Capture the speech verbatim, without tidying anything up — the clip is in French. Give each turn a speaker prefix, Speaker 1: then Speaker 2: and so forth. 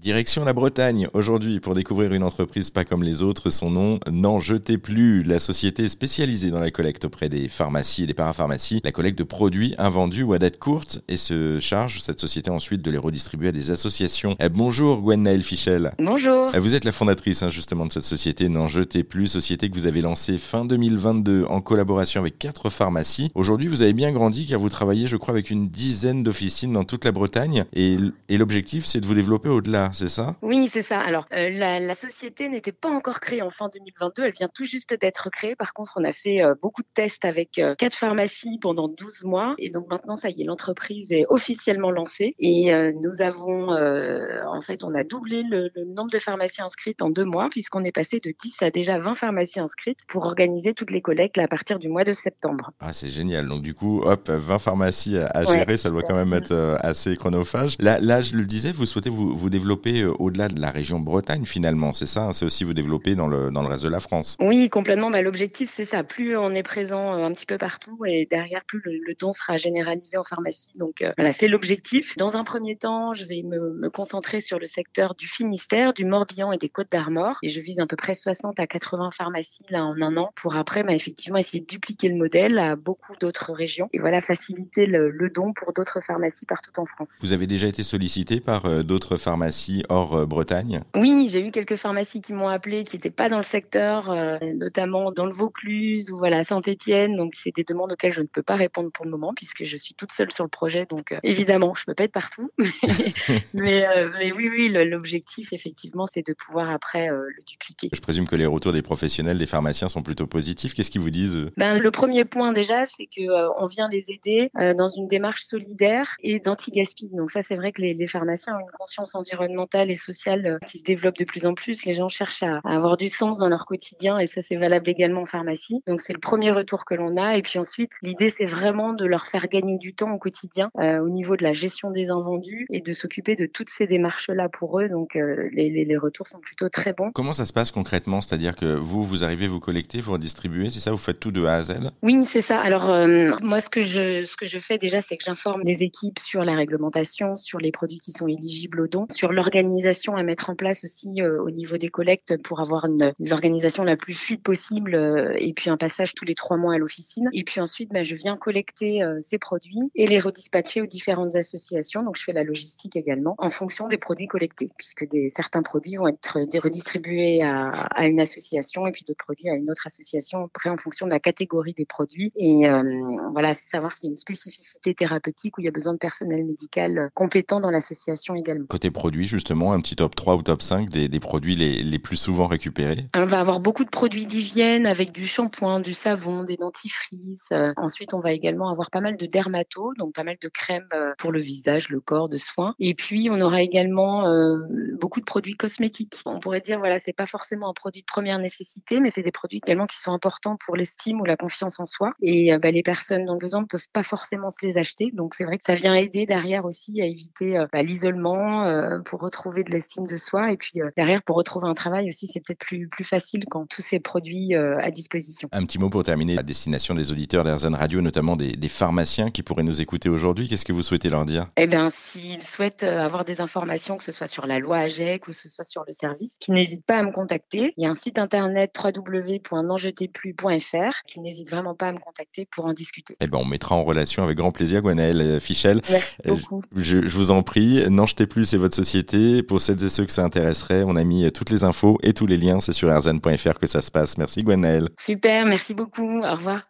Speaker 1: Direction la Bretagne, aujourd'hui, pour découvrir une entreprise pas comme les autres. Son nom, N'en jetez plus. La société est spécialisée dans la collecte auprès des pharmacies et des parapharmacies, la collecte de produits invendus ou à date courte, et se charge, cette société, ensuite de les redistribuer à des associations. Eh, bonjour Gwenaëlle Fichel.
Speaker 2: Bonjour.
Speaker 1: Eh, vous êtes la fondatrice hein, justement de cette société, N'en jetez plus, société que vous avez lancée fin deux mille vingt-deux en collaboration avec quatre pharmacies. Aujourd'hui, vous avez bien grandi car vous travaillez, je crois, avec une dizaine d'officines dans toute la Bretagne, et, et l'objectif, c'est de vous développer au-delà. C'est ça ?
Speaker 2: Oui, c'est ça. Alors, euh, la, la société n'était pas encore créée en fin deux mille vingt-deux. Elle vient tout juste d'être créée. Par contre, on a fait euh, beaucoup de tests avec euh, quatre pharmacies pendant douze mois. Et donc maintenant, ça y est, l'entreprise est officiellement lancée. Et euh, nous avons, euh, en fait, on a doublé le, le nombre de pharmacies inscrites en deux mois, puisqu'on est passé de dix à déjà vingt pharmacies inscrites pour organiser toutes les collectes là, à partir du mois de septembre.
Speaker 1: Ah, c'est génial. Donc du coup, hop, vingt pharmacies à, à gérer, ouais, ça doit quand même être euh, assez chronophage. Là, là, je le disais, vous souhaitez vous, vous développer euh, au-delà de la région Bretagne finalement, c'est ça, hein, c'est aussi vous développer dans le, dans le reste de la France.
Speaker 2: Oui, complètement. Bah, l'objectif, c'est ça. Plus on est présent euh, un petit peu partout et derrière, plus le, le don sera généralisé en pharmacie. Donc euh, voilà, c'est l'objectif. Dans un premier temps, je vais me, me concentrer sur le secteur du Finistère, du Morbihan et des Côtes-d'Armor. Et je vise à peu près soixante à quatre-vingts pharmacies là en un an pour après bah, effectivement essayer de dupliquer le modèle à beaucoup d'autres régions. Et voilà, faciliter le, le don pour d'autres pharmacies partout en France.
Speaker 1: Vous avez déjà été sollicité par euh, d'autres pharmacies hors euh, Bretagne ?
Speaker 2: Oui, j'ai eu quelques pharmacies qui m'ont appelé, qui n'étaient pas dans le secteur, euh, notamment dans le Vaucluse ou voilà Saint-Étienne. Donc c'est des demandes auxquelles je ne peux pas répondre pour le moment puisque je suis toute seule sur le projet. Donc euh, évidemment, je peux pas être partout. mais, euh, mais oui, oui, le, l'objectif effectivement, c'est de pouvoir après euh, le dupliquer.
Speaker 1: Je présume que les retours des professionnels, des pharmaciens sont plutôt positifs. Qu'est-ce qu'ils vous disent ?
Speaker 2: Ben le premier point déjà, c'est que euh, on vient les aider euh, dans une démarche solidaire et d'anti-gaspi. Donc ça, c'est vrai que les, les pharmaciens ont une conscience environnementale et sociale euh, qui se développe de plus en plus. Les gens cherchent à, à avoir du sens dans leur quotidien et ça, c'est valable également en pharmacie. Donc, c'est le premier retour que l'on a. Et puis ensuite, l'idée, c'est vraiment de leur faire gagner du temps au quotidien euh, au niveau de la gestion des invendus et de s'occuper de toutes ces démarches-là pour eux. Donc, euh, les, les, les retours sont plutôt très bons.
Speaker 1: Comment ça se passe concrètement ? C'est-à-dire que vous, vous arrivez, vous collectez, vous redistribuez, c'est ça ? Vous faites tout de A à Z ?
Speaker 2: Oui, c'est ça. Alors, euh, moi, ce que je, ce que je fais déjà, c'est que j'informe les équipes sur la réglementation, sur les produits qui sont éligibles au don, sur l'organisation à mettre en place aussi euh, au niveau des collectes pour avoir une, l'organisation la plus fluide possible euh, et puis un passage tous les trois mois à l'officine. Et puis ensuite, bah, je viens collecter euh, ces produits et les redispatcher aux différentes associations. Donc, je fais la logistique également en fonction des produits collectés puisque des, certains produits vont être redistribués à, à une association et puis d'autres produits à une autre association après en fonction de la catégorie des produits. Et euh, voilà, c'est savoir s'il y a une spécificité thérapeutique où il y a besoin de personnel médical compétent dans l'association également.
Speaker 1: Côté produits, justement, un petit top trois ou top cinq des, des produits les, les plus souvent récupérés.
Speaker 2: On va avoir beaucoup de produits d'hygiène avec du shampoing, du savon, des dentifrices. Euh, ensuite, on va également avoir pas mal de dermato, donc pas mal de crèmes euh, pour le visage, le corps, de soins. Et puis, on aura également euh, beaucoup de produits cosmétiques. On pourrait dire, voilà, c'est pas forcément un produit de première nécessité, mais c'est des produits également qui sont importants pour l'estime ou la confiance en soi. Et euh, bah, les personnes dans le besoin ne peuvent pas forcément se les acheter. Donc, c'est vrai que ça vient aider derrière aussi à éviter euh, bah, l'isolement euh, pour retrouver de l'estime de soi. Et puis, euh, derrière, pour retrouver un travail aussi, c'est peut-être plus, plus facile quand tous ces produits euh, à disposition.
Speaker 1: Un petit mot pour terminer, à destination des auditeurs d'Airzen Radio, notamment des, des pharmaciens qui pourraient nous écouter aujourd'hui. Qu'est-ce que vous souhaitez leur dire ?
Speaker 2: Eh bien, s'ils souhaitent avoir des informations, que ce soit sur la loi A G E C ou que ce soit sur le service, qu'ils n'hésitent pas à me contacter. Il y a un site internet w w w point n'en jetez plus point f r, qu'ils n'hésitent vraiment pas à me contacter pour en discuter.
Speaker 1: Eh ben, on mettra en relation avec grand plaisir Gwenaëlle Fichel.
Speaker 2: Merci beaucoup.
Speaker 1: Je, je vous en prie, N'en jetez plus, c'est votre société. Pour celles et ceux que ça intéresserait, on a mis toutes les infos et tous les liens, c'est sur airzen point f r que ça se passe. Merci Gwenaëlle.
Speaker 2: Super, merci beaucoup, au revoir.